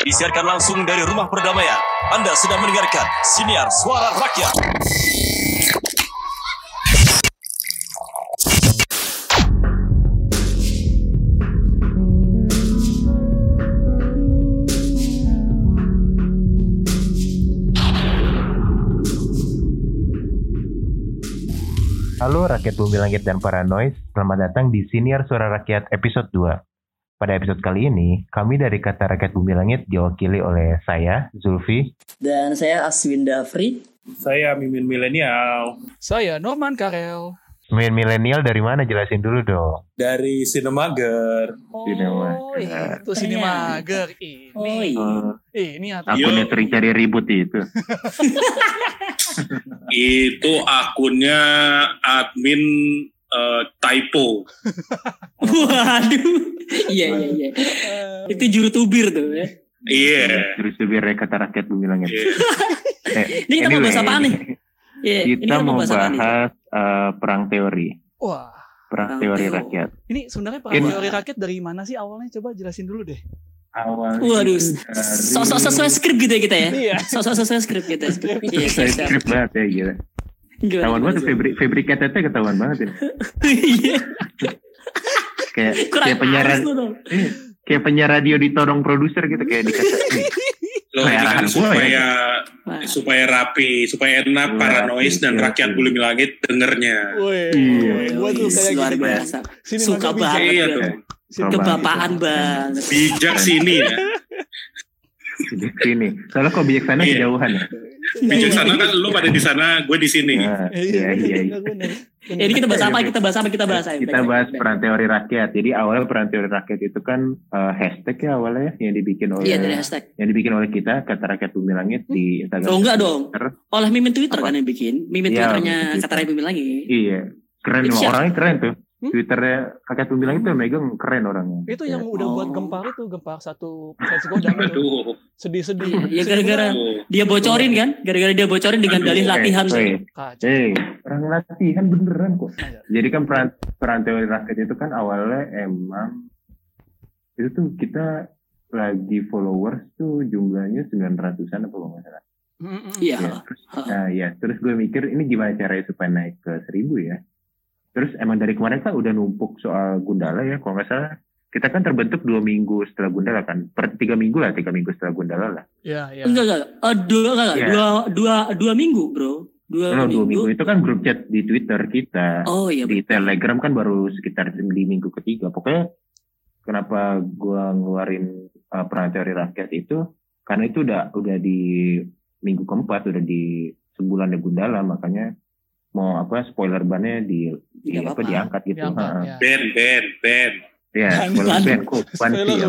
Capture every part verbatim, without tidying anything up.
Disiarkan langsung dari Rumah Perdamaian. Anda sedang mendengarkan Siniar Suara Rakyat. Halo rakyat bumi langit dan para noise, selamat datang di Siniar Suara Rakyat episode dua. Pada episode kali ini, kami dari Kata Rakyat Bumi Langit diwakili oleh saya, Zulfi. Dan saya Aswinda Fri. Saya Mimin Milenial. Saya Norman Karel. Mimin Milenial dari mana? Jelasin dulu dong. Dari Sinemager. Oh, Sinemager. itu Sinemager. Ini. Oh iya. Ini Akunnya sering cari ribut itu. Itu akunnya admin uh, typo. Waduh. Iya iya iya. Itu juru tubir tuh ya. Iya. Yeah. Terus lebih Kata Rakyat Bumi Langit. Yeah. eh, Ini kita anyway, mau bahas apa nih? Yeah, kita mau bahas, bahas uh, perang teori. Wah. Perang teori rakyat. Ini sebenarnya perang In... teori rakyat dari mana sih awalnya? Coba jelasin dulu deh. Awalnya. Waduh. Sosok sesuai skrip gitu ya kita ya. Iya. Sosok sesuai skrip kita. Iya. Skrip banget ya gitu. Ketahuan banget Febri Febri K T T ketahuan banget ya. Iya. kayak kayak penyiar eh, kayak penyiar radio ditodong produser gitu kayak dikata. Loh, kan supaya ya. supaya rapi, supaya enak para noise dan rakyat bumi langit dengernya. Wih, gua tuh kayak luar biasa. Suka banget iya tuh. Kebapaan banget. Bijak sini ya. Bijak sini. Soalnya kok bijaksana iya. Kejauhan ya. Bijaksana kan lu pada di sana, gue di sini. Nah, iya iya. iya. Ya, ini kita bahas apa? Kita bahas apa? Kita bahas apa? Kita bahas perang teori rakyat. Jadi awalnya perang teori rakyat itu kan uh, hashtag ya awalnya yang dibikin oleh iya, dari hashtag. Yang dibikin oleh kita Kata Rakyat Bumi Langit hmm? di Instagram. Oh enggak dong. Oleh mimin Twitter apa? Kan yang bikin. Mimin ya, Twitternya Kata Rakyat Bumi Langit. Iya. Keren loh, orangnya keren tuh. Hmm? Twitternya Rakyat Bumi Langit tuh megang keren orangnya. Itu yang ya. Udah oh. buat gempar itu, gempar satu fans Godam itu. Sedih-sedih. Ya gara-gara dia bocorin kan? Gara-gara dia bocorin dengan Aduh, dalih latihan. Eh, hey, orang latihan beneran kok. Jadi kan peran, peran teori rakyat itu kan awalnya emang itu tuh kita lagi followers tuh jumlahnya sembilan ratusan apa nggak salah. Iya. Ya, terus, nah, ya, terus gue mikir ini gimana caranya supaya naik ke seribu ya. Terus emang dari kemarin kan udah numpuk soal Gundala ya, kalau nggak salah kita kan terbentuk dua minggu setelah Gundala kan, per tiga minggu lah, tiga minggu setelah Gundala lah. Iya, iya. Enggak enggak, uh, dua enggak, ya. dua dua dua minggu bro, dua, no, minggu. dua minggu itu kan grup chat di Twitter kita, oh, iya, di Telegram kan baru sekitar di minggu ketiga. Pokoknya kenapa gua ngeluarin uh, perang teori rakyat itu, karena itu udah udah di minggu keempat, udah di sebulan Gundala, makanya mau apa spoiler bannya di, di apa, apa diangkat gitu. Diangkat, ha. ya. Ben ben ben. Ya, spoiler ben kok panci ya.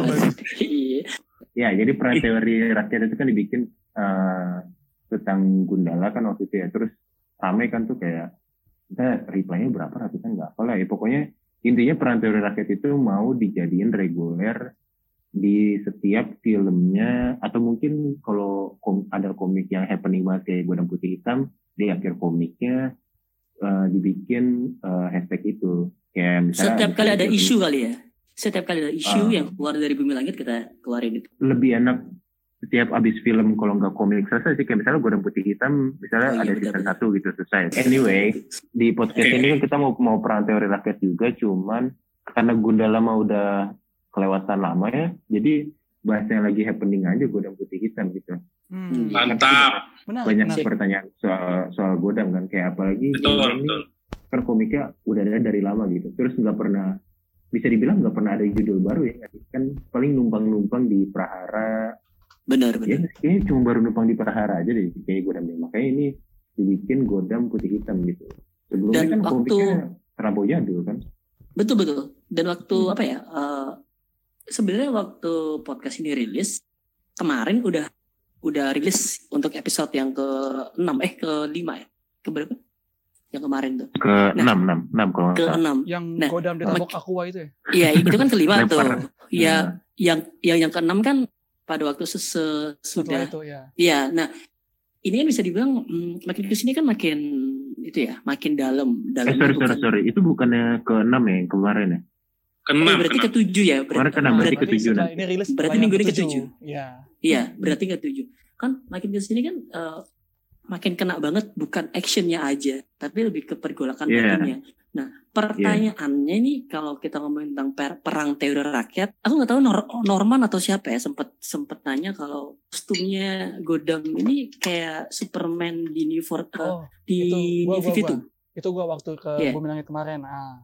Ya, jadi perang teori rakyat itu kan dibikin uh, tentang Gundala kan waktu itu ya. Terus rame kan tuh kayak kita reply-nya berapa ratusan enggak apa lah ya. Pokoknya intinya perang teori rakyat itu mau dijadiin reguler di setiap filmnya, atau mungkin kalau kom- ada komik yang happening banget kayak Godam Putih Hitam, di akhir komiknya Uh, dibikin uh, hashtag itu kayak misalnya setiap kali ada isu kali ya setiap kali ada isu uh, yang keluar dari Bumi Langit kita keluarin itu lebih enak setiap abis film kalau nggak komik selesai sih, kayak misalnya Godam Putih Hitam misalnya oh, iya, ada season satu gitu selesai. Anyway di podcast ini kita mau mau perang teori rakyat juga, cuman karena Gundala mah udah kelewatan lama ya, jadi bahas yang lagi happening aja Godam Putih Hitam gitu. Hmm. Mantap. Banyak benar, pertanyaan soal soal Godam kan, kayak apalagi betul, ini betul. Kan komiknya udah ada dari lama gitu, terus nggak pernah bisa dibilang nggak pernah ada judul baru ya kan, paling numpang-numpang di Prahara. Benar benar. Ya, kayaknya cuma baru numpang di Prahara aja deh kayak Godamnya, makanya ini dibikin Godam Putih Hitam gitu. Sebelumnya dan kan waktu, komiknya terlampau jadul kan. Betul betul. Dan waktu hmm. apa ya? Uh, sebenarnya waktu podcast ini rilis kemarin udah udah rilis untuk episode yang ke enam eh ke lima ya, ke berapa yang kemarin tuh ke enam enam enam kalau ke enam yang nah, Godam ditabok Aqua itu ya. Iya itu kan kelima tuh ya. Hmm. yang yang yang keenam kan pada waktu sesudah itu ya. Iya, nah ini kan bisa dibilang hmm, makin kesini kan makin itu ya, makin dalam dalam eh, sorry bukan, sorry sorry itu bukannya ke enam ya yang kemarin ya. Keenam. Oh, berarti ketujuh ya. Kemarin keenam, berarti berarti ketujuh. Ini rilis berarti yang minggu ini ketujuh. ketujuh. Iya. Iya, berarti ketujuh. Kan makin ke sini kan uh, makin kena banget bukan actionnya aja, tapi lebih ke pergolakan Yeah. batinnya. Nah, pertanyaannya nih kalau kita ngomongin tentang per- perang teori rakyat, aku nggak tahu Nor- Norman atau siapa ya sempet sempet nanya kalau kostumnya Godam ini kayak Superman di New For- uh, Oh, di itu gua, New gua, fifty gua. two. Itu gua waktu ke Iya. Bumi Langit kemarin. Ah.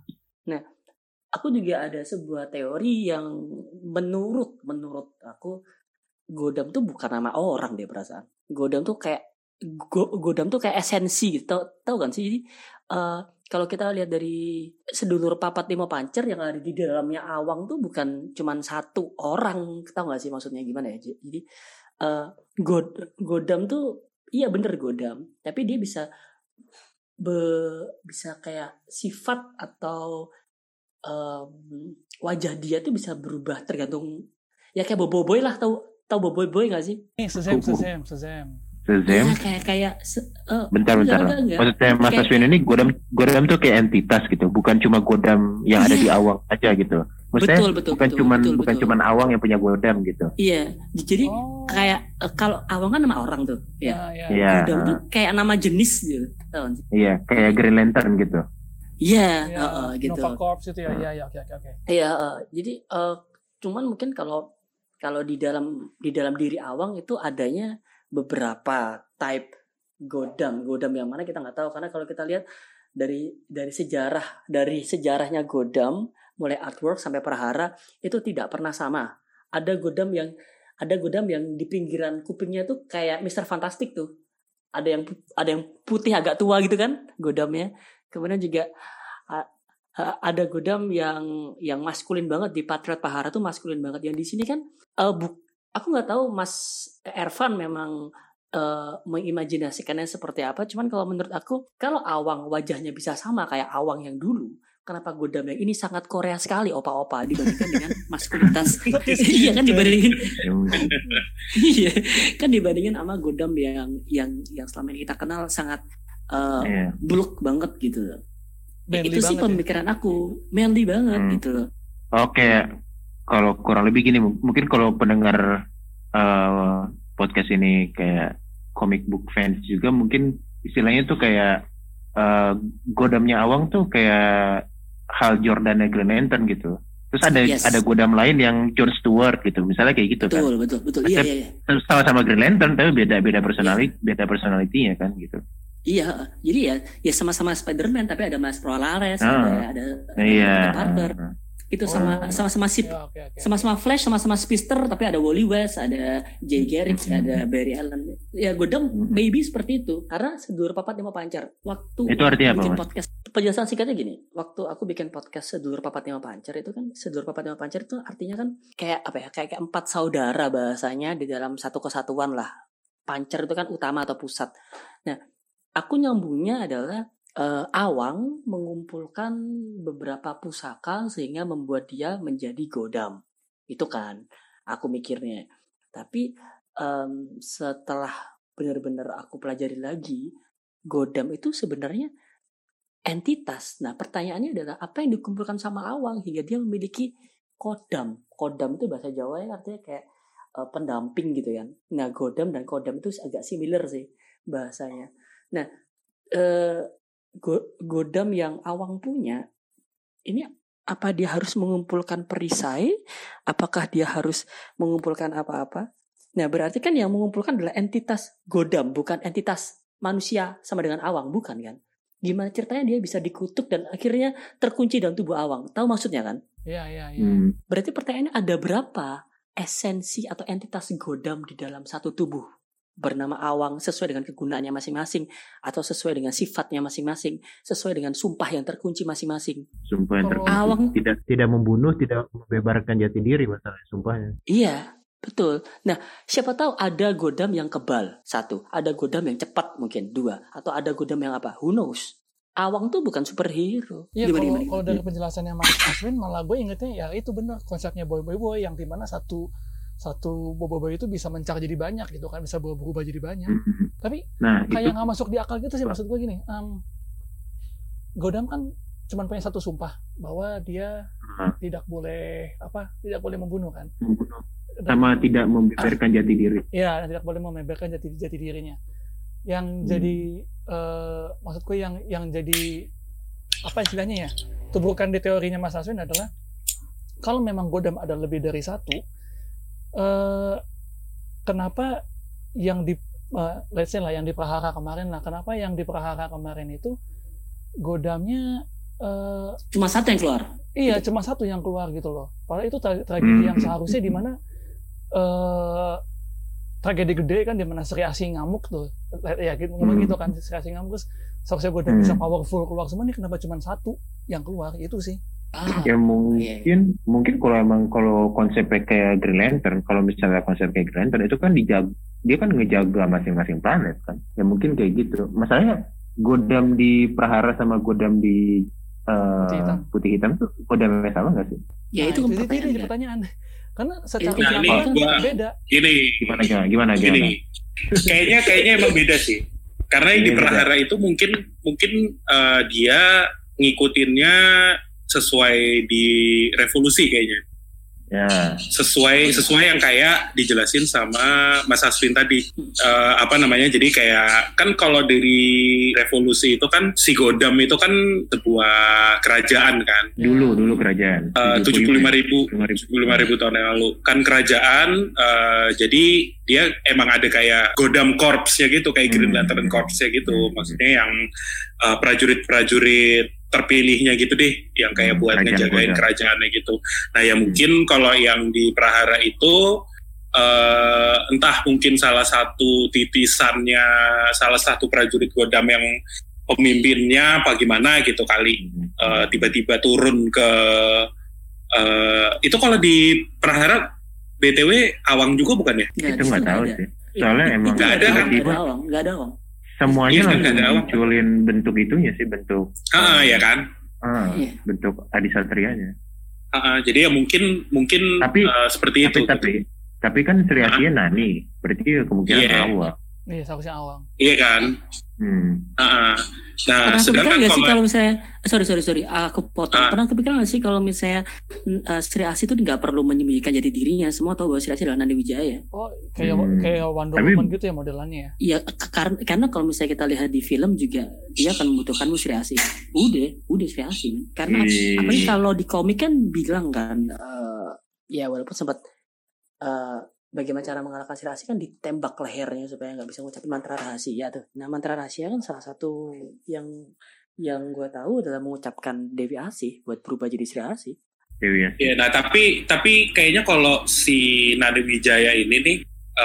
Aku juga ada sebuah teori yang menurut menurut aku Godam tuh bukan nama orang deh perasaan. Godam tuh kayak Go- Godam tuh kayak esensi gitu. Tahu tahu kan sih? Jadi eh, kalau kita lihat dari sedulur papat lima pancer yang ada di dalamnya Awang tuh bukan cuman satu orang. Tahu nggak sih maksudnya gimana ya? Jadi eh, God, Godam tuh iya bener Godam, tapi dia bisa be, bisa kayak sifat atau um, wajah dia tuh bisa berubah tergantung ya kayak Boboiboy lah, tahu tahu Boboiboy nggak sih? Eh, Shazam, Kuku. Shazam, Shazam. Shazam. Ya, kayak kayak se- eh, Bentar, bentar. enggak, enggak, enggak. Maksudnya Mas Kayak- Aswin ini Godam, Godam tuh kayak entitas gitu, bukan cuma Godam yang ada Iya. di Awang aja gitu. Maksudnya Betul, betul, bukan betul, cuman betul, bukan betul. cuman Awang yang punya Godam gitu. Iya, jadi Oh. kayak eh, kalau Awang kan nama orang tuh, ya. Ah, ya. Iya, Godam tuh kayak nama jenis gitu, tahu nggak sih? iya, kayak Green Lantern gitu. Iya, Ya, heeh, gitu. Nova Corps itu ya. Iya, ya, oke, oke, oke. Iya, eh, jadi eh, cuman mungkin kalau kalau di dalam di dalam diri Awang itu adanya beberapa type Godam, Godam yang mana kita nggak tahu karena kalau kita lihat dari dari sejarah dari sejarahnya Godam mulai artwork sampai prahara itu tidak pernah sama. Ada Godam yang ada Godam yang di pinggiran kupingnya tuh kayak Mister Fantastic tuh. Ada yang ada yang putih agak tua gitu kan Godamnya. Kemudian juga a- a- ada Godam yang yang maskulin banget di Patriot Pahara tuh maskulin banget. Yang di sini kan eh, bu- aku nggak tahu Mas Ervan memang eh, mengimajinasikannya seperti apa. Cuman kalau menurut aku kalau Awang wajahnya bisa sama kayak Awang yang dulu, kenapa Godam yang ini sangat Korea sekali opa-opa dibandingkan dengan maskulinitas? Iya kan dibandingin iya kan dibandingin sama Godam yang yang yang selama ini kita kenal sangat eh, Iya. buluk banget gitu. Manly Itu sih banget ya. pemikiran aku, manly banget Hmm. gitu. Oke, kalau kurang lebih gini, m- mungkin kalau pendengar eh, podcast ini kayak comic book fans juga, mungkin istilahnya tuh kayak eh, Godamnya Awang tuh kayak Hal Jordan Green Lantern gitu. Terus ada Yes. ada Godam lain yang John Stewart gitu, misalnya kayak gitu kan. Betul, betul, betul. Iya, iya, iya. Sama-sama Green Lantern tapi beda-beda personality, beda personality-nya kan gitu. Iya, jadi ya ya sama-sama Spider-Man tapi ada Miles Morales, Ah. ada ada, ada Iya. Peter Parker. Itu sama sama-sama Sip, Ya, oke, oke. sama-sama Flash, sama-sama Spister, tapi ada Wally West, ada Jay Garrick, Mhm. ada Barry Allen. Ya Godam Mhm. maybe seperti itu karena sedulur papat lima pancar. Waktu Itu artinya apa, bikin Mas? podcast, penjelasan singkatnya gini. Waktu aku bikin podcast sedulur papat lima pancar itu kan sedulur papat lima pancar itu artinya kan kayak apa ya? Kayak, kayak empat saudara bahasanya di dalam satu kesatuan lah. Pancar itu kan utama atau pusat. Nah, aku nyambungnya adalah eh, Awang mengumpulkan beberapa pusaka sehingga membuat dia menjadi Godam. Itu kan aku mikirnya. Tapi em, setelah benar-benar aku pelajari lagi, Godam itu sebenarnya entitas. Nah, pertanyaannya adalah apa yang dikumpulkan sama Awang hingga dia memiliki Kodam. Kodam itu bahasa Jawa ya artinya kayak eh, pendamping gitu kan. Nah, Godam dan Kodam itu agak similar sih bahasanya. Nah, eh, Go- Godam yang Awang punya ini apa dia harus mengumpulkan perisai? Apakah dia harus mengumpulkan apa-apa? Nah, berarti kan yang mengumpulkan adalah entitas Godam, bukan entitas manusia sama dengan Awang, bukan kan? Gimana ceritanya dia bisa dikutuk dan akhirnya terkunci dalam tubuh Awang? Tahu maksudnya kan? Iya, iya, iya. Hmm. Berarti pertanyaannya ada berapa esensi atau entitas Godam di dalam satu tubuh bernama Awang sesuai dengan kegunaannya masing-masing atau sesuai dengan sifatnya masing-masing, sesuai dengan sumpah yang terkunci masing-masing. Sumpah yang Kalau terkunci. Awang Tidak tidak membunuh, tidak membebarkan jati diri masalahnya sumpahnya. iya, betul. Nah, siapa tahu ada Godam yang kebal, satu. Ada Godam yang cepat mungkin, dua. Atau ada Godam yang apa? Who knows? Awang tuh bukan superhero. Iya, Gimana, kalau gimana, kalau gimana? dari penjelasannya Mas Aswin malah gue ingetnya ya itu benar konsepnya boy boy boy yang dimana satu satu boy boy boy itu bisa mencak jadi banyak gitu kan, bisa berubah jadi banyak. Tapi Nah, itu kayak nggak masuk di akal gitu sih maksud gue gini. Um, Godam kan cuma punya satu sumpah bahwa dia hmm. tidak boleh apa tidak boleh membunuh kan membunuh. Sama dan, tidak membeberkan ah, jati diri iya tidak boleh membeberkan jati jati dirinya yang hmm. jadi uh, maksudku yang yang jadi apa istilahnya ya tubuhkan di teorinya Mas Aswin adalah kalau memang Godam ada lebih dari satu uh, kenapa yang di uh, let's say lah yang di Prahara kemarin lah kenapa yang di Prahara kemarin itu Godamnya uh, cuma satu yang keluar iya cuma satu yang keluar gitu loh padahal itu tra- tragedi hmm. yang seharusnya di mana uh, tragedi gede kan di mana Sri Asih ngamuk tuh ya gitu ngomong hmm. gitu kan Sri Asih ngamuk terus seharusnya Godam hmm. bisa powerful keluar semua nih kenapa cuma satu yang keluar itu sih ah, ya mungkin yeah. mungkin kalau emang kalau konsepnya kayak Green Lantern kalau misalnya konsep kayak Green Lantern itu kan dijaga dia kan ngejaga masing-masing planet kan ya mungkin kayak gitu masalahnya Godam di Prahara sama Godam di uh, putih, hitam. putih hitam tuh Godamnya sama nggak sih? Ya nah, itu kan pertanyaan, itu pertanyaan. Karena secara nah, ini kan gua, beda. Gini, gimana gimana gimana? Gini, kayaknya kayaknya emang beda sih. Karena yang di Prahara itu mungkin mungkin uh, dia ngikutinnya sesuai di revolusi kayaknya. Ya. Sesuai sesuai yang kayak dijelasin sama Mas Aswin tadi uh, apa namanya jadi kayak kan kalau dari revolusi itu kan si Godam itu kan sebuah kerajaan kan dulu dulu kerajaan uh, tujuh puluh lima ribu tujuh puluh lima ribu tahun yang lalu kan kerajaan uh, jadi dia emang ada kayak Godam Corps-nya gitu kayak Green Lantern Corps-nya gitu maksudnya yang uh, prajurit-prajurit terpilihnya gitu deh yang kayak buat kerajaan ngejagain Godam. Kerajaannya gitu. Nah ya mungkin hmm. kalau yang di Prahara itu uh, entah mungkin salah satu titisannya salah satu prajurit Godam yang pemimpinnya apa gimana gitu kali hmm. uh, tiba-tiba turun ke uh, itu kalau di Prahara B T W Awang juga bukan ya? Gak, itu nggak tahu sih. Soalnya it, emang nggak ada tiba-tiba nggak ada Awang, nggak ada Awang. Semuanya iya, langsung munculin bentuk itunya sih bentuk ah ya kan ah, iya. bentuk Adi Satrianya ah, jadi ya mungkin mungkin tapi, uh, seperti tapi, itu tapi gitu. Tapi kan Sri Asih ah. Nani berarti kemungkinan yeah. Awang iya seharusnya Awang iya kan hmm. uh, nah pernah sedangkan kepikiran nggak kalau sih kalau misalnya sorry sorry sorry aku potong uh. pernah kepikiran nggak sih kalau misalnya uh, Sri Asih itu nggak perlu menyembunyikan jati dirinya semua tahu bahwa Sri Asih adalah Nandi Wijaya oh kayak hmm. kayak Wonder Woman gitu ya modelannya ya iya karena karena kalau misalnya kita lihat di film juga dia akan membutuhkan Sri Asih udah udah Sri Asih karena hmm. apalagi kalau di komik kan bilang kan uh, ya walaupun sempat uh, bagaimana cara mengalahkan Sri Asih kan ditembak lehernya supaya nggak bisa ngucapin mantra rahasia tuh. Nah mantra rahasia kan salah satu yang yang gue tahu adalah mengucapkan Dewi Asih buat berubah jadi Sri Asih. Dewi Asih. Ya, nah tapi tapi kayaknya kalau si Nadi Wijaya ini nih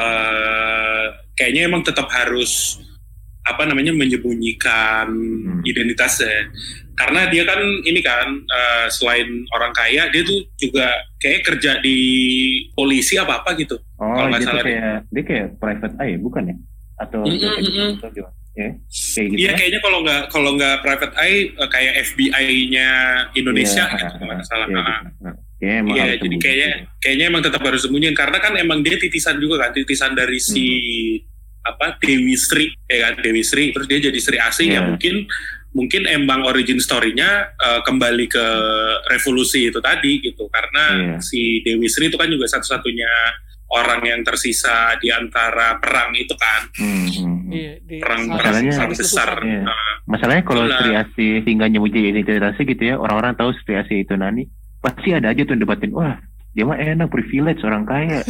uh, kayaknya emang tetap harus apa namanya menyembunyikan hmm. identitasnya. Karena dia kan ini kan uh, selain orang kaya dia tuh juga kayak kerja di polisi apa apa gitu. Oh, kalau dia tuh kayak dia kayak private eye bukan ya? Atau mm-hmm. atau gimana? Ya, kayak gitu. Iya kayaknya kalau nggak kalau nggak private eye uh, kayak F B I-nya Indonesia yeah, gitu nggak salah. Iya, ya, ya, jadi kayaknya kayaknya emang tetap harus sembunyiin karena kan emang dia titisan juga kan titisan dari si hmm. apa Dewi Sri ya kan Dewi Sri terus dia jadi Sri Asih yeah. ya mungkin mungkin emang origin story-nya uh, kembali ke revolusi itu tadi gitu karena yeah. si Dewi Sri itu kan juga satu-satunya orang yang tersisa di antara perang itu kan hmm. di, di, perang perang besar iya. uh, masalahnya kalau Sri Asih tinggal nyebutnya identitasnya gitu ya orang-orang tahu Sri Asih itu Nani pasti ada aja tuh yang debatin wah dia mah enak privilege orang kaya.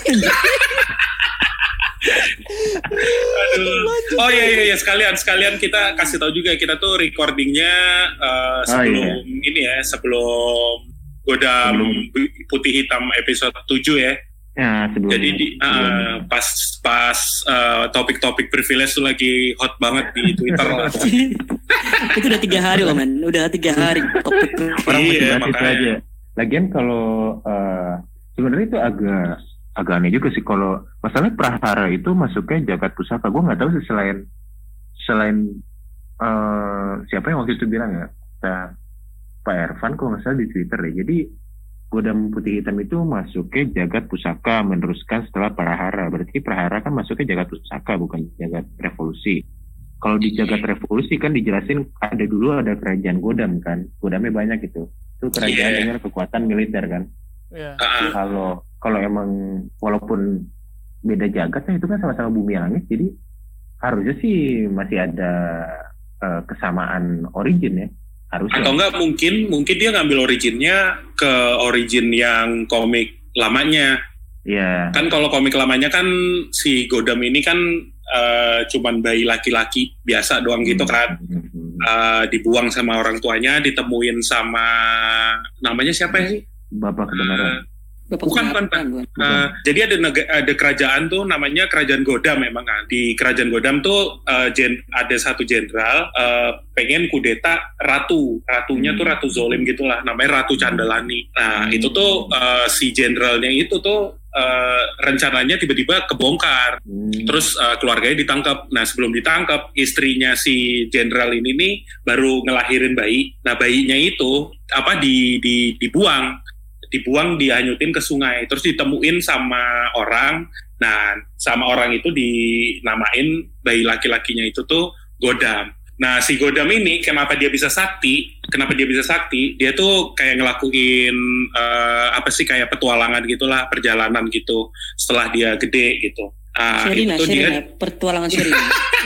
Aduh. Oh iya iya iya sekalian sekalian kita kasih tahu juga kita tuh recordingnya uh, sebelum oh, iya. ini ya sebelum Godam sebelum. Putih Hitam episode tujuh ya. Ya sebelum. Jadi di, uh, pas pas uh, topik-topik privilege tuh lagi hot banget di Twitter. Itu udah tiga hari loh man, udah tiga hari topik. Orang iya, masih aja. Lagian kalau uh, sebenarnya itu agak agak aneh juga sih kalau masalahnya Prahara itu masuknya Jagat Pusaka. Gue nggak tahu sih selain selain uh, siapa yang waktu itu bilang ya, nah, Pak Ervan kalau nggak salah di Twitter ya. Jadi Godam Putih Hitam itu masuknya Jagat Pusaka meneruskan setelah Prahara. Berarti Prahara kan masuknya Jagat Pusaka bukan Jagat Revolusi. Kalau di Jagat Revolusi kan dijelasin ada dulu ada kerajaan Godam kan, Godamnya banyak gitu. Itu kerajaan Yeah. dengan kekuatan militer kan. Iya. Ah, Kalau kalau emang walaupun beda jagat ya itu kan sama-sama bumi langit, jadi harusnya sih masih ada eh, kesamaan origin ya. Harusnya. atau enggak mungkin mungkin dia ngambil originnya ke origin yang komik lamanya. Iya. Kan kalau komik lamanya kan si Godam ini kan uh, cuman bayi laki-laki biasa doang gitu kan. Hmm. Uh, dibuang sama orang tuanya, ditemuin sama namanya siapa ya sih? Bapak kebenaran. Bapak Bukan, kebenaran, bukan, bukan. Uh, jadi ada neg- ada kerajaan tuh namanya Kerajaan Godam memang kan. Di Kerajaan Godam tuh uh, gen- ada satu jenderal uh, pengen kudeta ratu. Ratunya tuh Ratu Zolim gitulah, namanya Ratu Candalani. Nah, Hmm. itu tuh uh, si jenderalnya itu tuh uh, rencananya tiba-tiba kebongkar. Hmm. Terus uh, keluarganya ditangkap. Nah, sebelum ditangkap, istrinya si jenderal ini nih baru ngelahirin bayi. Nah, bayinya itu apa di, di dibuang. dibuang, dihanyutin ke sungai, terus ditemuin sama orang. Nah, sama orang itu dinamain bayi laki-lakinya itu tuh Godam. Nah, si Godam ini kenapa dia bisa sakti? Kenapa dia bisa sakti? Dia tuh kayak ngelakuin uh, apa sih kayak petualangan gitulah, perjalanan gitu. Setelah dia gede gitu. Nah, Sherina, itu Sherina, dia. pertualangan Sherina.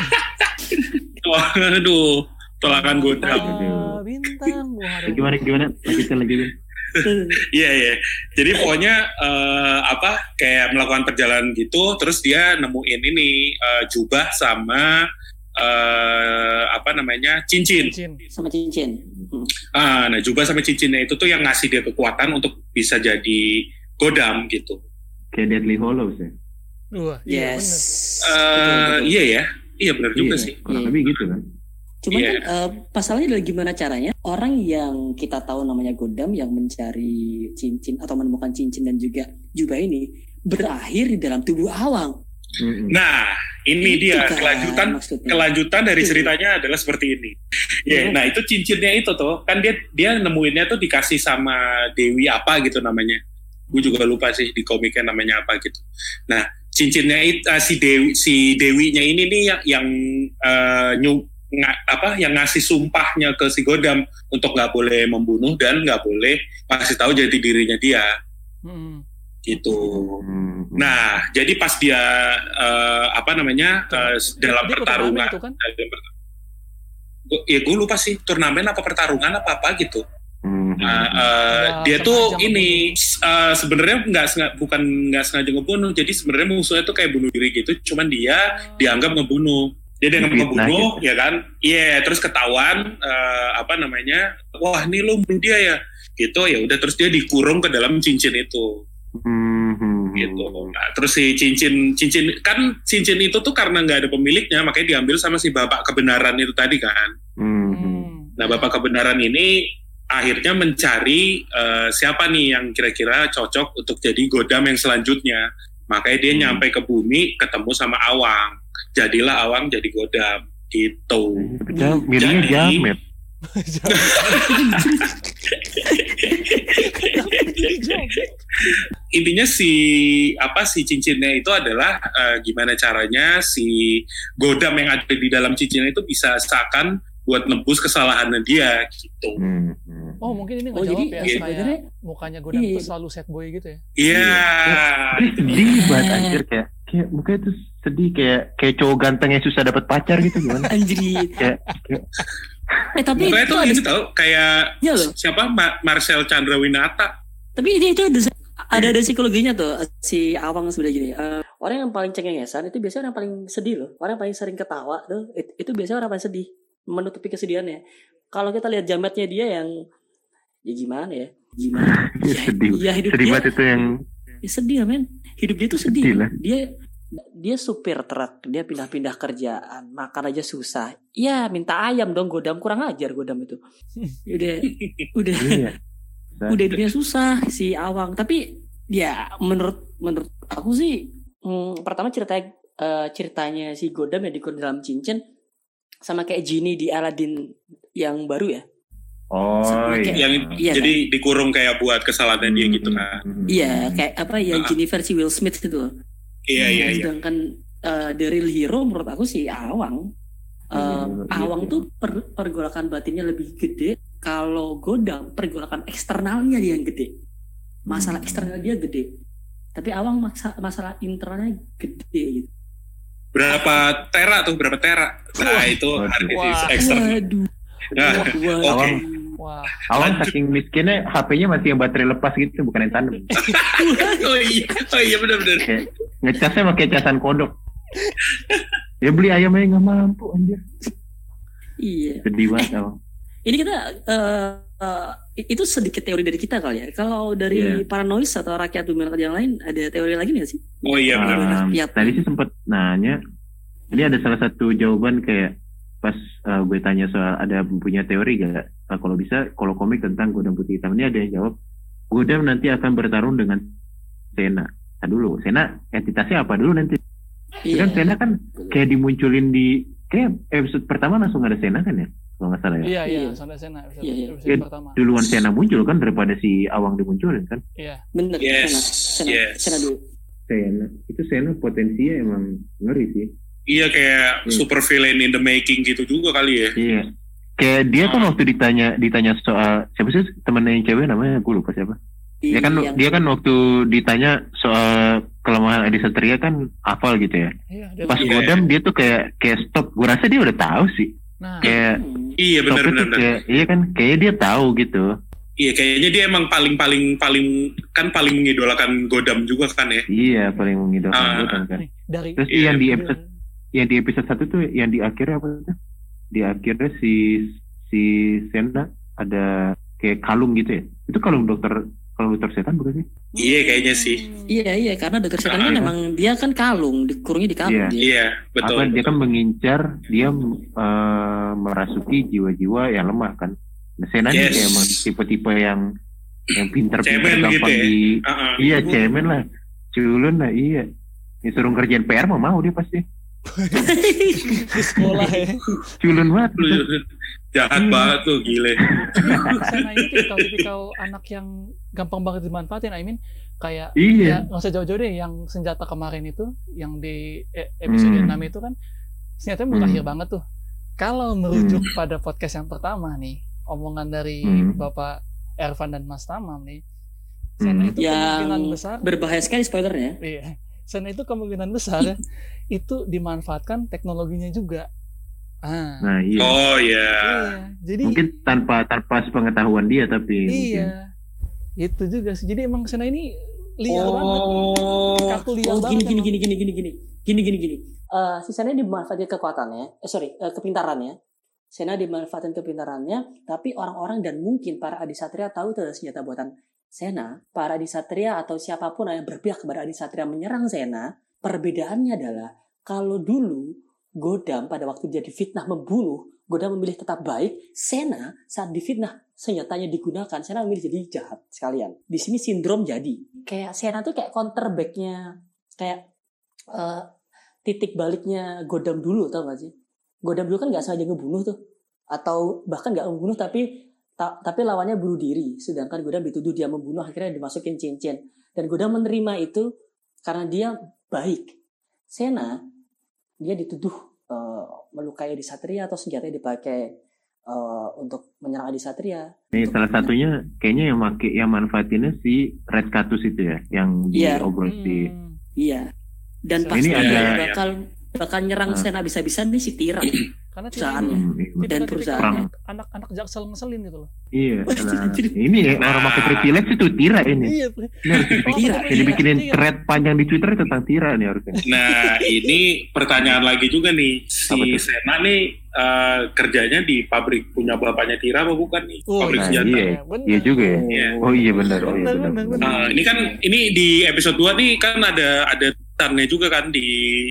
Waduh, petualangan Godam. Ah, bintang. Waduh. Gimana gimana? Lanjutin lanjutin. Iya iya. Jadi pokoknya uh, apa kayak melakukan perjalanan gitu, terus dia nemuin ini uh, jubah sama uh, apa namanya cincin. Cincin. Sama cincin. Hmm. Ah, nah jubah sama cincinnya itu tuh yang ngasih dia kekuatan untuk bisa jadi Godam gitu. Kayak Deadly Hallows ya. Wah, iya Yes. bener. Uh, Betul, betul. iya ya, iya benar juga Iya, sih. kurang Iya. lebih gitu kan. Cuman Iya. kan eh, pasalnya adalah gimana caranya orang yang kita tahu namanya Godam yang mencari cincin atau menemukan cincin dan juga jubah ini berakhir di dalam tubuh Awang. Mm-mm. Nah ini Itu dia kan kelanjutan maksudnya. kelanjutan dari Itu. ceritanya adalah seperti ini. Ya, Iya. nah itu cincinnya itu tuh kan dia dia nemuinnya tuh dikasih sama Dewi apa gitu namanya. Gue juga lupa sih di komiknya namanya apa gitu. Nah cincinnya itu uh, si Dewi si Dewinya ini nih yang yang uh, nyu, nga, apa yang ngasih sumpahnya ke si Godam untuk nggak boleh membunuh dan nggak boleh kasih tahu jati dirinya dia Hmm. gitu. Hmm. Nah, jadi pas dia uh, apa namanya uh, dalam Dia ikut pertarungan, turnamen itu kan? dalam per- Gua- ya gue lupa sih turnamen apa pertarungan apa apa gitu. Hmm. Uh, uh, Nggak dia tuh sengaja ini uh, sebenarnya nggak sengaja, bukan nggak sengaja ngebunuh. Jadi sebenarnya musuhnya tuh kayak bunuh diri gitu. Cuman dia dianggap ngebunuh. Dia dianggap Difitnah ngebunuh, gitu. ya kan? Iya, yeah, terus ketahuan uh, apa namanya? Wah, ini lo bunuh dia ya. Gitu ya udah terus dia dikurung ke dalam cincin itu. Hmm. Gitu. Nah, terus si cincin cincin kan cincin itu tuh karena nggak ada pemiliknya makanya diambil sama si bapak kebenaran itu tadi kan. Hmm. Hmm. Nah, bapak kebenaran ini akhirnya mencari uh, siapa nih yang kira-kira cocok untuk jadi Godam yang selanjutnya. Makanya dia Hmm. nyampe ke bumi ketemu sama Awang. Jadilah Awang jadi Godam gitu. Jam, milihnya Jadi- jamet. Intinya si apa si cincinnya itu adalah uh, gimana caranya si Godam yang ada di dalam cincinnya itu bisa seakan buat nebus kesalahannya dia gitu. Hmm. Hmm. Oh mungkin ini Oh, ngejawab jadi ya Iya. kayak mukanya Godam Iya. tuh selalu sad boy gitu ya. Iya. Tapi sedih banget anjir kayak kayak mukanya tuh sedih kayak kayak cowok ganteng yang susah dapat pacar gitu gimana? Anjir. Kayak, kayak Eh tapi Pokoknya itu tuh ada ini tau kayak ya loh. siapa Ma- Marcel Chandrawinata. Tapi ini itu ada ada, ada psikologinya tuh si Awang sebenarnya gini. Eh, orang yang paling cengengesan itu biasanya orang yang paling sedih loh. Orang yang paling sering ketawa tuh it- itu biasanya orang paling sedih menutupi kesedihannya. Kalau kita lihat jametnya dia yang ya gimana ya? Gimana? ya, sedih. Ya hidup Sedih dia banget itu yang ya sedih lah, men. Hidup dia tuh sedih. Sedih lah. Dia dia supir truk, dia pindah-pindah kerjaan, makan aja susah. Ya minta ayam dong, Godam kurang ajar Godam itu. Udah udah iya. udah hidupnya susah si Awang. Tapi ya menurut menurut aku sih hmm, pertama cerita eh, ceritanya si Godam yang dikurung dalam cincin sama kayak Genie di Aladdin yang baru ya. Oh Sama kayak- iya. Yang Iya, jadi dikurung kayak buat kesalahan dia gitu kan. Hmm. Iya, kayak apa ya Ah. Genie versi Will Smith itu loh. Iya iya iya. Sedangkan eh, the real hero menurut aku si Awang. Eh, Hmm, iya, Awang iya. tuh per- pergolakan batinnya lebih gede kalau Godam pergolakan eksternalnya dia yang gede. Masalah eksternal dia gede. Tapi Awang masa, masalah internalnya gede gitu. Berapa tera tuh? Berapa tera? Nah, itu harga eksternal. Waduh. Nah, Waduh. oke. Wah. Awang saking miskinnya H P-nya masih yang baterai lepas gitu, bukan yang tandem. Oh iya, oh iya benar-benar. Kayak ngecasnya pakai casan kodok. Ya beli ayamnya nggak mampu anjir. Iya. Sedih banget Awang. Ini kita uh, uh, itu sedikit teori dari kita kali ya. Kalau dari Yeah. Paranoid atau rakyat dunia yang lain ada teori lagi nggak sih? Oh iya benar. Um, Iya. tadi sih sempat nanya. Ini ada salah satu jawaban kayak pas uh, gue tanya soal ada punya teori gak? Uh, kalau bisa, kalau komik tentang Godam Putih Hitam ini ada yang jawab Godam nanti akan bertarung dengan Sena. Nah dulu, Sena entitasnya apa dulu nanti? Iya. Kan Sena kan kayak dimunculin di kayak episode pertama langsung ada Sena kan ya? Kalau nggak salah ya. Iya iya, Iya. Sanda Sena episode, Iya, iya. episode Ya, pertama. duluan Sena muncul kan daripada si Awang dimunculin kan? Iya. Bener. Yes, Sena, Sena, yes. Sena dulu. Sena itu Sena potensinya emang ngeri sih. Iya kayak Hmm. super villain in the making gitu juga kali ya. Iya. Kayak dia kan waktu ditanya ditanya soal siapa sih temennya yang cewek namanya gue lupa siapa. Dia kan Yang- dia kan waktu ditanya soal kelemahan Adi Satria kan hafal gitu ya. Iya, dia Pas Iya. Godam dia tuh kayak kayak stop. Gue rasa dia udah tahu sih. Nah, Kayak Hmm. Iya stopnya benar-benar. tuh kayak iya kan kayaknya dia tahu gitu. Iya kayaknya dia emang paling paling paling kan paling mengidolakan Godam juga kan ya. Iya paling mengidolakan Ah. Godam kan. nih, dari Terus Iya, yang di iya. episode yang di episode satu tuh yang di akhirnya apa tuh? Di akhirnya si si Sena ada kayak kalung gitu ya. Itu kalung dokter kalung dokter setan bukan sih? Iya kayaknya sih. Iya iya karena dokter setan kan Ah. emang dia kan kalung, dikurungnya di kalung Iya. dia. Iya betul. Apa dia betul. kan mengincar dia eh, merasuki jiwa-jiwa yang lemah kan. Nah, Sena ini Yes. kayak emang tipe-tipe yang yang pintar-pintar Cemen gampang gitu ya? di Ah, ah. iya cemen lah, culun lah iya. Disuruh ngerjain P R mah mau dia pasti. Di sekolah ya. Culun banget. Lu jahat Hmm. banget tuh gile. Sena ini tipikal-tipikal anak yang gampang banget dimanfaatin. I mean kayak ya Iya. nggak usah jauh-jauh deh yang senjata kemarin itu yang di eh, episode Hmm. enam itu kan senjatanya mutakhir Hmm. banget tuh. Kalau merujuk Hmm. pada podcast yang pertama nih, omongan dari Hmm. Bapak Ervan dan Mas Tamam nih, Sena Hmm. itu kemungkinan Yang besar berbahaya sekali spoilernya. iya, Sena itu kemungkinan besar itu dimanfaatkan teknologinya juga. Ah. Nah iya. Oh iya. Iya, jadi Mungkin tanpa tanpa sepengetahuan dia tapi mungkin. iya. Itu juga sih. Jadi emang Sena ini liar banget. Oh. Kartu liar Oh gini banget. gini emang. gini gini gini gini gini gini gini. Eh, si Sena dimanfaatkan kekuatannya, eh sorry eh, kepintarannya. Sena dimanfaatkan kepintarannya, tapi orang-orang dan mungkin para Adisatria tahu itu adalah senjata buatan Sena. Para Adisatria atau siapapun yang berpihak kepada Adisatria menyerang Sena. Perbedaannya adalah kalau dulu Godam pada waktu dia difitnah membunuh, Godam memilih tetap baik. Sena saat difitnah senjatanya digunakan, Sena memilih jadi jahat sekalian. Di sini sindrom jadi. Kayak Sena tuh kayak counterbacknya, kayak eh, titik baliknya Godam dulu, tau gak sih? Godam dulu kan nggak sengaja ngebunuh tuh, atau bahkan nggak membunuh tapi ta, tapi lawannya bunuh diri. Sedangkan Godam dituduh dia membunuh, akhirnya dimasukin cincin. Dan Godam menerima itu karena dia baik. Sena dia dituduh uh, melukai Adisatria atau senjatanya dipakai uh, untuk menyerang Adisatria. Ini salah satunya kayaknya yang make yang manfaatinnya si Red Catus itu ya, yang Iya. diobrol di Hmm. Iya. Dan Ini pasti ada- dia bakal bakal nyerang Ah. Sena bisa-bisa nih si Tira. Karena Perusahaan. tipikal- Hmm, iya. tipikal- Dan tipikal perusahaan. anak- anak-anak jaksel ngeselin gitu loh. Iya, nah, ini ya orang pakai privilege itu Tira ini. Iya, Ini harus dibikin, Tira. jadi bikinin Iya. thread panjang di Twitter tentang Tira nih harusnya. Nah ini pertanyaan lagi juga nih. Apa Si tuh? Sena nih eh, kerjanya di pabrik punya bapaknya Tira apa bukan nih? Oh, Pabrik nah, senjata. iya. benar. Iya juga ya. Iya. Oh iya benar, oh iya Benar, benar. benar, benar. Nah, ini kan ini di episode dua nih kan ada ada tulisannya juga kan di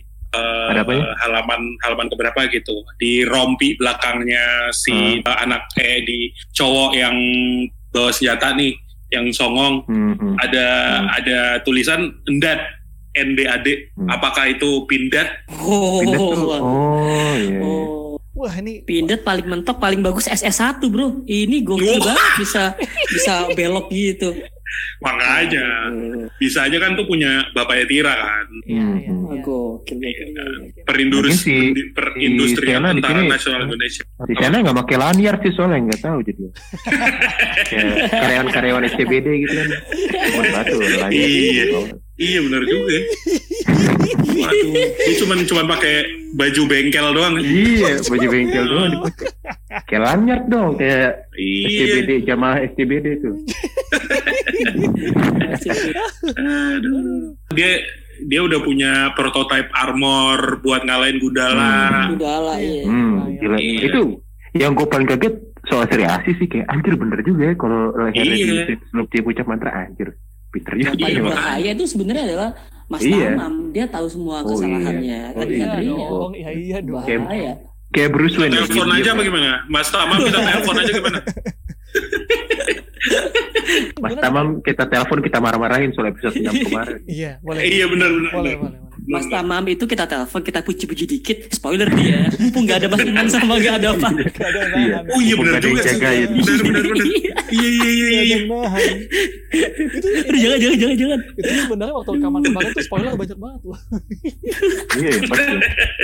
eh, Ada apa ya? halaman halaman keberapa gitu. Di rompi belakangnya si Hmm. eh, anak eh di cowok yang bawa senjata nih yang songong Hmm, hmm. ada Hmm. ada tulisan endat N D A D. Hmm. Apakah itu pindat? Oh, Pindah tuh. Oh iya. iya. oh. Wah, ini Pindet paling mentok paling bagus S S satu bro. Ini gokil Wah. banget bisa bisa belok gitu. Makanya bisa aja kan tuh punya bapaknya Tira kan. Iya, iya, Hmm. iya. Gokil, Iya, gokil, kan. gokil. Perindustri Mungkin si- perindustrian si Sena di Tentara sini- Nasional Indonesia. Di sana nggak pakai lanyard sih soalnya nggak tahu jadi. Kayak karyawan-karyawan S C B D gitu kan. Buat batu lanyard. Iya. Iya benar juga. ya. Waduh, dia cuman cuman pakai baju bengkel doang. Iya, baju bengkel doang dipakai. Kayak lanyard dong, kayak S C B D, Iya. jamaah S C B D tuh. Aduh. Dia dia udah punya prototype armor buat ngalahin Gundala. Udah lah, iya. Hmm, gila. Iya. Itu yang gue paling kaget soal Sri Asih sih, kayak anjir bener juga ya kalau lehernya Iya. di sebelum dia ucap mantra, anjir. Pinter Yang juga. paling Iya, bahaya itu sebenarnya adalah Mas Iya. Tamam. Dia tahu semua Oh, kesalahannya. iya. Oh, Kan Iya Satria. dong, iya iya dong. Bahaya. Kayak Bruce Wayne. Telepon diem-diem. aja apa gimana? Mas Tamam kita telepon aja gimana? Mas Tamam kita telepon, kita marah-marahin soal episode enam kemarin. Iya, boleh. Iya benar benar. Boleh, benar. boleh, boleh. Mas Tamam itu kita telepon, kita puji-puji dikit, spoiler dia. Mumpung gak ada Mas Iman sama gak ada apa. Gak ada yang Iya. nahan. Oh iya Mumpung benar gak ada yang juga sih. jagain. Benar benar benar. Iya iya iya Gak ada iya. yang nahan. Itu Aduh, jangan, jangan, jangan, jangan. itu sebenarnya waktu rekaman kemarin tuh spoiler banyak banget loh. Iya, pasti.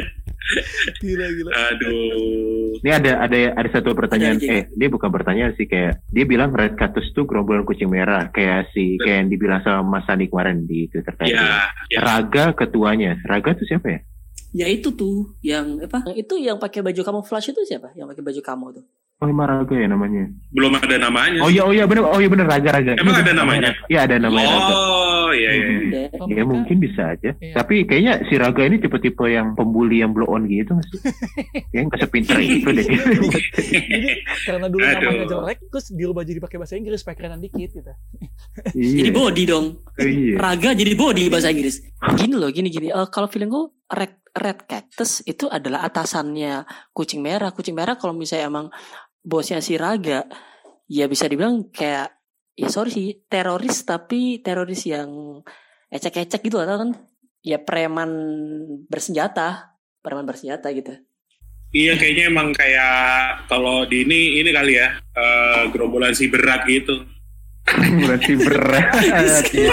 Gila gila. Aduh. Ini ada ada ada satu pertanyaan. Ada aja. Eh, dia bukan pertanyaan sih, kayak dia bilang Red Cactus tuh gerombolan kucing merah, kayak si kayak yang dibilang sama Mas Sandi kemarin di Twitter tadi. Ya, ya. Raga ketuanya. Raga tuh siapa ya? Ya itu tuh yang apa? Yang itu yang pakai baju camouflage itu siapa? Yang pakai baju camo tuh. Oh, emang Raga ya namanya. Belum ada namanya. Oh iya, oh iya bener, oh iya bener Raga Raga. Emang Iya, ada bener, namanya? Iya ada namanya Raga. Oh iya iya. Hmm. Udah. Oh, Ya mereka- mungkin bisa aja. Iya. Tapi kayaknya si Raga ini tipe-tipe yang pembuli yang blow on gitu nggak sih? Kayaknya nggak sepinter itu deh. Jadi karena dulu Aduh. namanya jelek, terus dirubah jadi pakai bahasa Inggris supaya kerenan dikit gitu. Jadi Iya. body dong. Iya. Raga jadi body bahasa Inggris. Gini loh, gini gini. Eh, kalau feeling gue red red cactus itu adalah atasannya kucing merah. Kucing merah kalau misalnya emang bosnya si Raga, ya bisa dibilang kayak ya sorry sih teroris, tapi teroris yang ecek-ecek gitu atau kan ya preman bersenjata, preman bersenjata gitu. Iya kayaknya emang kayak kalau di ini ini kali ya eh, gerombolan si berat gitu. Berarti berat. Iya.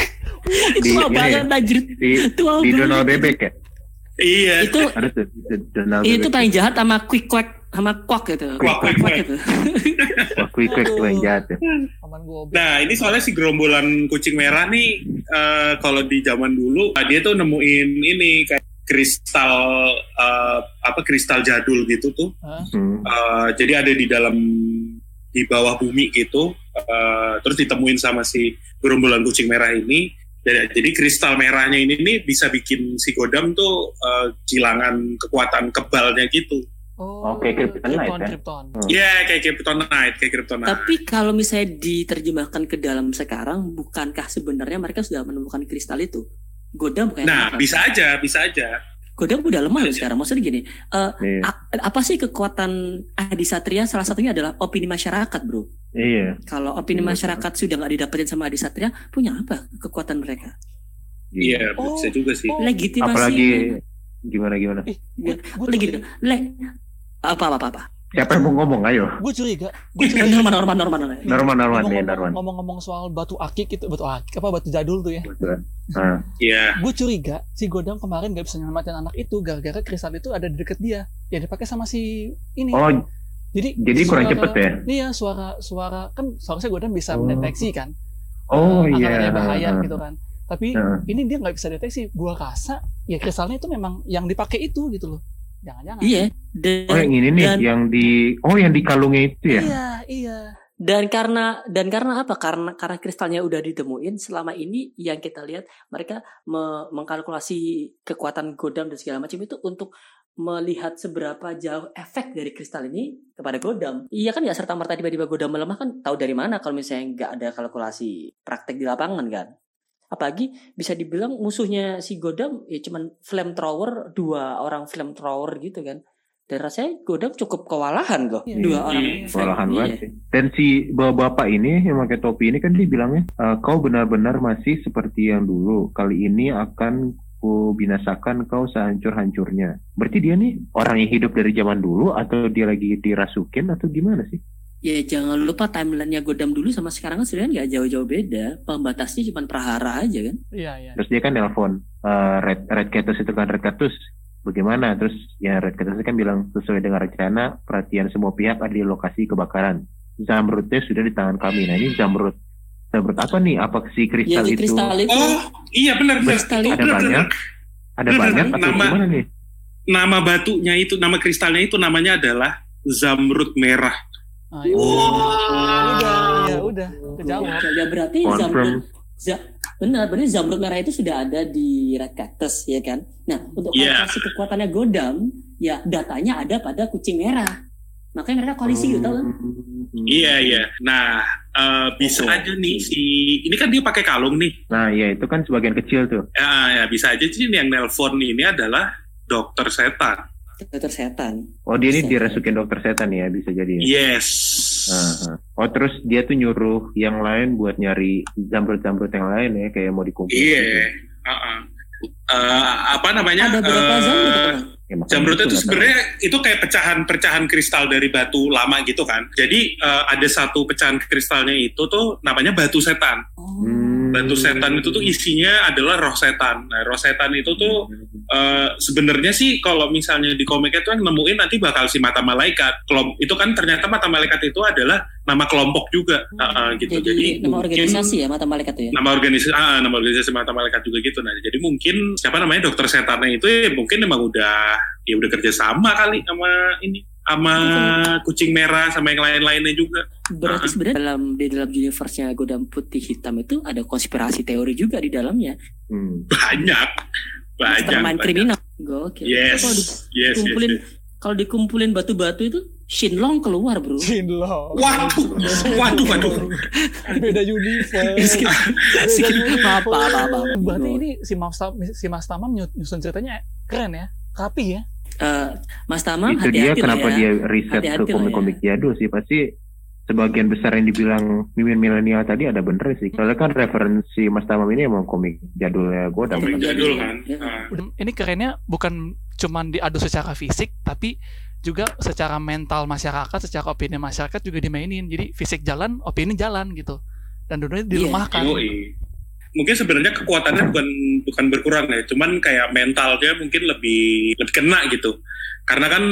Itu Di- tua ini banget anjir. Di Tua di banget. Donald Bebek ya? Iya. Itu Ada tuh di Donald itu Bebek. paling jahat sama quick quack sama quack gitu. Quack, quack, quack. gitu. Wah, quick quick tuh yang jahat ya. Aman gue. Nah ini soalnya si gerombolan kucing merah nih eh, kalau di zaman dulu eh, dia tuh nemuin ini kayak kristal eh, apa kristal jadul gitu tuh. Hmm. Eh, jadi ada di dalam di bawah bumi gitu. Eh, terus ditemuin sama si gerombolan kucing merah ini. Jadi, jadi kristal merahnya ini nih bisa bikin si Godam tuh eh, kehilangan kekuatan kebalnya gitu. Oh, Oke, Kryptonite, Krypton, ya? Krypton. Iya kayak Kryptonite, kayak Kryptonite. Tapi kalau misalnya diterjemahkan ke dalam sekarang, bukankah sebenarnya mereka sudah menemukan kristal itu? Godam bukan? Nah bisa aja, bisa aja. Godam udah lemah loh sekarang. Maksudnya gini, eh, Iya. a- apa sih kekuatan Adi Satria? Salah satunya adalah opini masyarakat, bro. Iya. Kalau opini Iya. masyarakat sudah nggak didapetin sama Adi Satria, punya apa kekuatan mereka? Iya Oh, bisa juga sih. oh. Legitimasi. Apalagi gimana gimana? Ih, gue gue Lagi curiga, le apa apa apa apa. Siapa yang mau ngomong? Ayo. gue curiga, gue curiga. Norman Norman Norman. Norman. Norman Norman nih Ngomong-ngomong- Norman. Ngomong-ngomong soal batu akik itu, batu akik apa batu jadul tuh ya. Nah, Iya. Gue curiga si Godam kemarin gak bisa nyelamatin anak itu gara-gara kristal itu ada di deket dia. Ya dipakai sama si ini. oh jadi jadi kurang suara- cepet ya? Iya, suara-suara kan seharusnya Godam bisa Oh. mendeteksi kan. Oh eh, iya. anak-anaknya bahaya gitu kan. Tapi Heeh. ini dia nggak bisa deteksi. Gua rasa ya kristalnya itu memang yang dipakai itu gitu loh. Jangan-jangan. Iya. Dan, Oh yang ini nih, dan- yang di oh yang di kalungnya itu ya? Iya, iya. Dan karena dan karena apa? Karena karena kristalnya udah ditemuin, selama ini yang kita lihat mereka me- mengkalkulasi kekuatan Godam dan segala macam itu untuk melihat seberapa jauh efek dari kristal ini kepada Godam. Iya kan ya serta merta tiba-tiba Godam melemah kan tahu dari mana kalau misalnya nggak ada kalkulasi praktek di lapangan kan. Apalagi bisa dibilang musuhnya si Godam ya cuman flamethrower, dua orang flamethrower gitu kan. Dan rasanya Godam cukup kewalahan loh. Iya. Dua Iya. orang Kewalahan Iya. banget sih. Dan si bapak ini yang pakai topi ini kan dia bilangnya, "E, kau benar-benar masih seperti yang dulu. Kali ini akan ku binasakan kau sehancur-hancurnya." Berarti dia nih orang yang hidup dari zaman dulu atau dia lagi dirasukin atau gimana sih? Ya jangan lupa timelinenya Godam dulu sama sekarang kan sebenarnya nggak jauh-jauh beda. Pembatasnya cuma prahara aja kan. Iya, iya. Terus dia kan nelpon uh, Red Red Ketus itu kan Red Ketus bagaimana? Terus ya Red Ketus kan bilang sesuai dengan rencana perhatian semua pihak ada di lokasi kebakaran. Zamrudnya sudah di tangan kami. Nah ini Zamrud Zamrud apa nih? Apa si kristal Ya, di itu? kristal itu. Oh iya benar benar. Kristal Itu itu. Ada benar, banyak? benar. Ada Benar, banyak benar. atau Nama- gimana nih? Nama batunya itu, nama kristalnya itu namanya adalah Zamrud merah. Ah, ya. Wow. Udah, ya udah, kejawab. Oke, ya berarti Confirm. Zamrud za- benar, berarti Zamrud merah itu sudah ada di Red Cactus ya kan. Nah, untuk Iya. kalkulasi kekuatannya Godam, ya datanya ada pada kucing merah. Makanya mereka koalisi gitu kan. Iya iya. Nah eh, bisa Oh. aja nih si ini kan dia pakai kalung nih. Nah ya itu kan sebagian kecil tuh. Ya, ya bisa aja sih yang nelpon ini adalah dokter setan. Dokter setan. Oh dia ini Bisa. dirasukin dokter setan ya bisa jadi ya. Yes. Aha. Oh terus dia tuh nyuruh yang lain buat nyari zamrud-zamrud yang lain ya kayak mau dikumpulin. Iya. gitu. Uh-uh. Eh, apa namanya? Ada berapa Eh, Zamrud teman? Ya, makanya Zamrud itu nggak tahu. sebenarnya itu kayak pecahan-pecahan kristal dari batu lama gitu kan. Jadi eh, ada satu pecahan kristalnya itu tuh namanya batu setan. Oh. Hmm. Batu setan itu tuh isinya adalah roh setan. Nah, roh setan itu tuh eh, sebenarnya sih kalau misalnya di komiknya tuh nemuin nanti bakal si mata malaikat. Kelom- itu kan ternyata mata malaikat itu adalah nama kelompok juga. Uh, uh, gitu. Jadi, Jadi nama mungkin- organisasi ya mata malaikat itu ya. nama organisasi ah, nama organisasi mata malaikat juga gitu. Nah, jadi mungkin siapa namanya dokter setannya itu ya mungkin emang udah ya udah kerja sama kali sama ini sama kucing merah sama yang lain-lainnya juga. Berarti sebenarnya dalam di dalam universe-nya Godam putih hitam itu ada konspirasi teori juga di dalamnya. Hmm. Banyak. Banyak. Mastermind banyak. kriminal. Gokil. Yes. Kalau Yes, yes, dikumpulin yes. kalau dikumpulin batu-batu itu Shinlong keluar, Bro. Shinlong. Waduh. Waduh, waduh. Beda universe. Skip. Beda Skip. universe. Maaf, maaf, maaf, maaf. Berarti ini si Mas Tam- si Mas Tamam nyu- nyusun ceritanya keren ya, rapi ya. Eh, Mas Tamam Itu dia hati-hati lah kenapa ya. dia riset Hati-hati ke lah ya. komik-komik jadul sih pasti sebagian besar yang dibilang mimin milenial tadi ada bener sih. Soalnya kan referensi Mas Tamam ini emang komik jadulnya gue Komik dapat. jadul kan. Ya. Ah. Udah- Ini kerennya bukan cuman diadu secara fisik, tapi juga secara mental masyarakat, secara opini masyarakat juga dimainin. Jadi fisik jalan, opini jalan gitu. Dan dua-duanya Iya. dilemahkan. Yoi. Mungkin sebenarnya kekuatannya bukan bukan berkurang ya, cuman kayak mentalnya mungkin lebih lebih kena gitu. Karena kan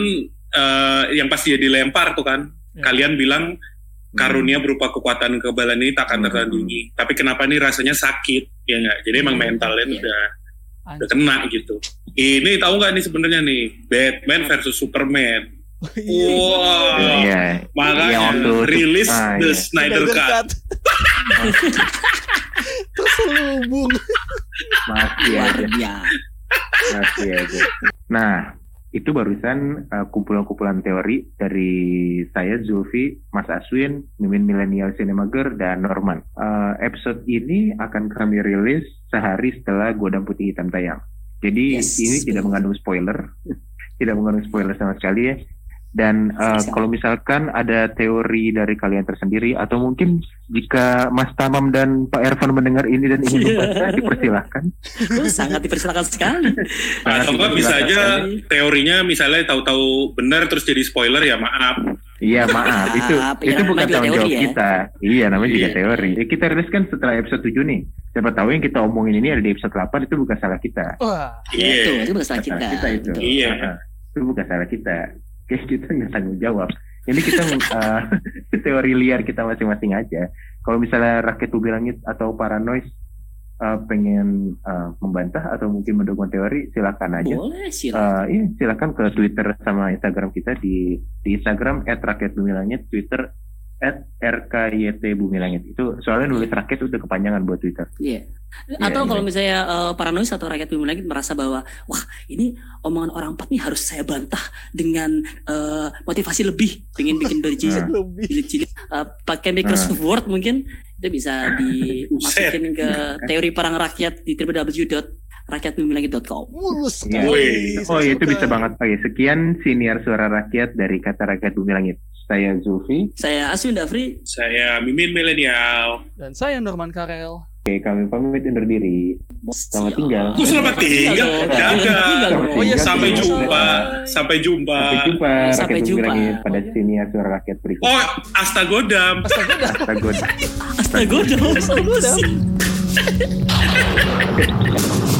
eh, yang pasti dia dilempar tuh kan, Ya. kalian bilang karunia berupa kekuatan kekebalan ini tak akan Hmm. tertandingi. Tapi kenapa nih rasanya sakit, ya nggak? Jadi emang Iya. mentalnya Iya. udah udah Anjir. kena gitu. Ini tahu nggak nih sebenarnya nih Batman versus Superman. Iya. Wah, Iya. makanya Yang waktu rilis ah, The iya. Snyder Cut. Terselubung. Masih Luar aja. biasa. Masih aja. Nah, itu barusan uh, kumpulan-kumpulan teori dari saya, Zulfi, Mas Aswin, Mimin Millennial Cinemager, dan Norman. Uh, episode ini akan kami rilis sehari setelah Godam Putih Hitam tayang. Jadi Yes, ini betul. tidak mengandung spoiler, tidak mengandung spoiler sama sekali ya. Dan uh, Bisa. kalau misalkan ada teori dari kalian tersendiri, atau mungkin jika Mas Tamam dan Pak Ervan mendengar ini dan ingin membaca, dipersilahkan. Oh, sangat dipersilakan sekali. Atau nggak bisa Dipersilakan aja sekali. teorinya misalnya tahu-tahu benar terus jadi spoiler ya maaf. Iya maaf, itu Maaf, itu ya, bukan namanya juga tanggung jawab teori ya. kita. Iya namanya juga Iya. teori. Ya, kita rilis kan setelah episode tujuh nih. Siapa tahu yang kita omongin ini ada di episode delapan itu bukan salah kita. Wah, Ya, Iya. itu, itu masalah kita. kita itu. Betul. Iya. Ah, ah. Itu bukan salah kita. Kayak kita nggak tanggung jawab. Ini kita uh, teori liar kita masing-masing aja. Kalau misalnya rakyat Bumi Langit atau Paranoid uh, pengen uh, membantah atau mungkin mendukung teori, silakan aja. Boleh silakan. Uh, iya, silakan ke Twitter sama Instagram kita di di Instagram et rakyat bumi langit, Twitter et r k y t bumi langit. Itu soalnya nulis rakyat udah kepanjangan buat Twitter. Iya. Iya, Atau iya. kalau misalnya uh, paranoid atau rakyat bumi langit merasa bahwa wah ini omongan orang empat nih harus saya bantah dengan uh, motivasi lebih, pengen bikin berjilid, Nah. lebih. jilid-jilid, uh, pakai Microsoft Word mungkin itu bisa dimasukin ke teori perang rakyat di w w w dot rakyat bumi langit dot com. Mulus Iya. sekali. Oh Saya itu suka. bisa banget. Oke, sekian siniar suara rakyat dari kata rakyat bumi langit. Saya Zulfi. Saya Aswin Dafri. Saya Mimin Milenial. Dan saya Norman Karel. kami pamit undur diri. Selamat tinggal. Aku selamat tinggal. Dadah. Oh iya, Sampai tinggal. jumpa. Sampai jumpa. Sampai jumpa. Sampai Rakyat jumpa. Bumi Langit pada siniar suara rakyat berikut. Oh, Astagodam. Astaga. Astaga, astaga.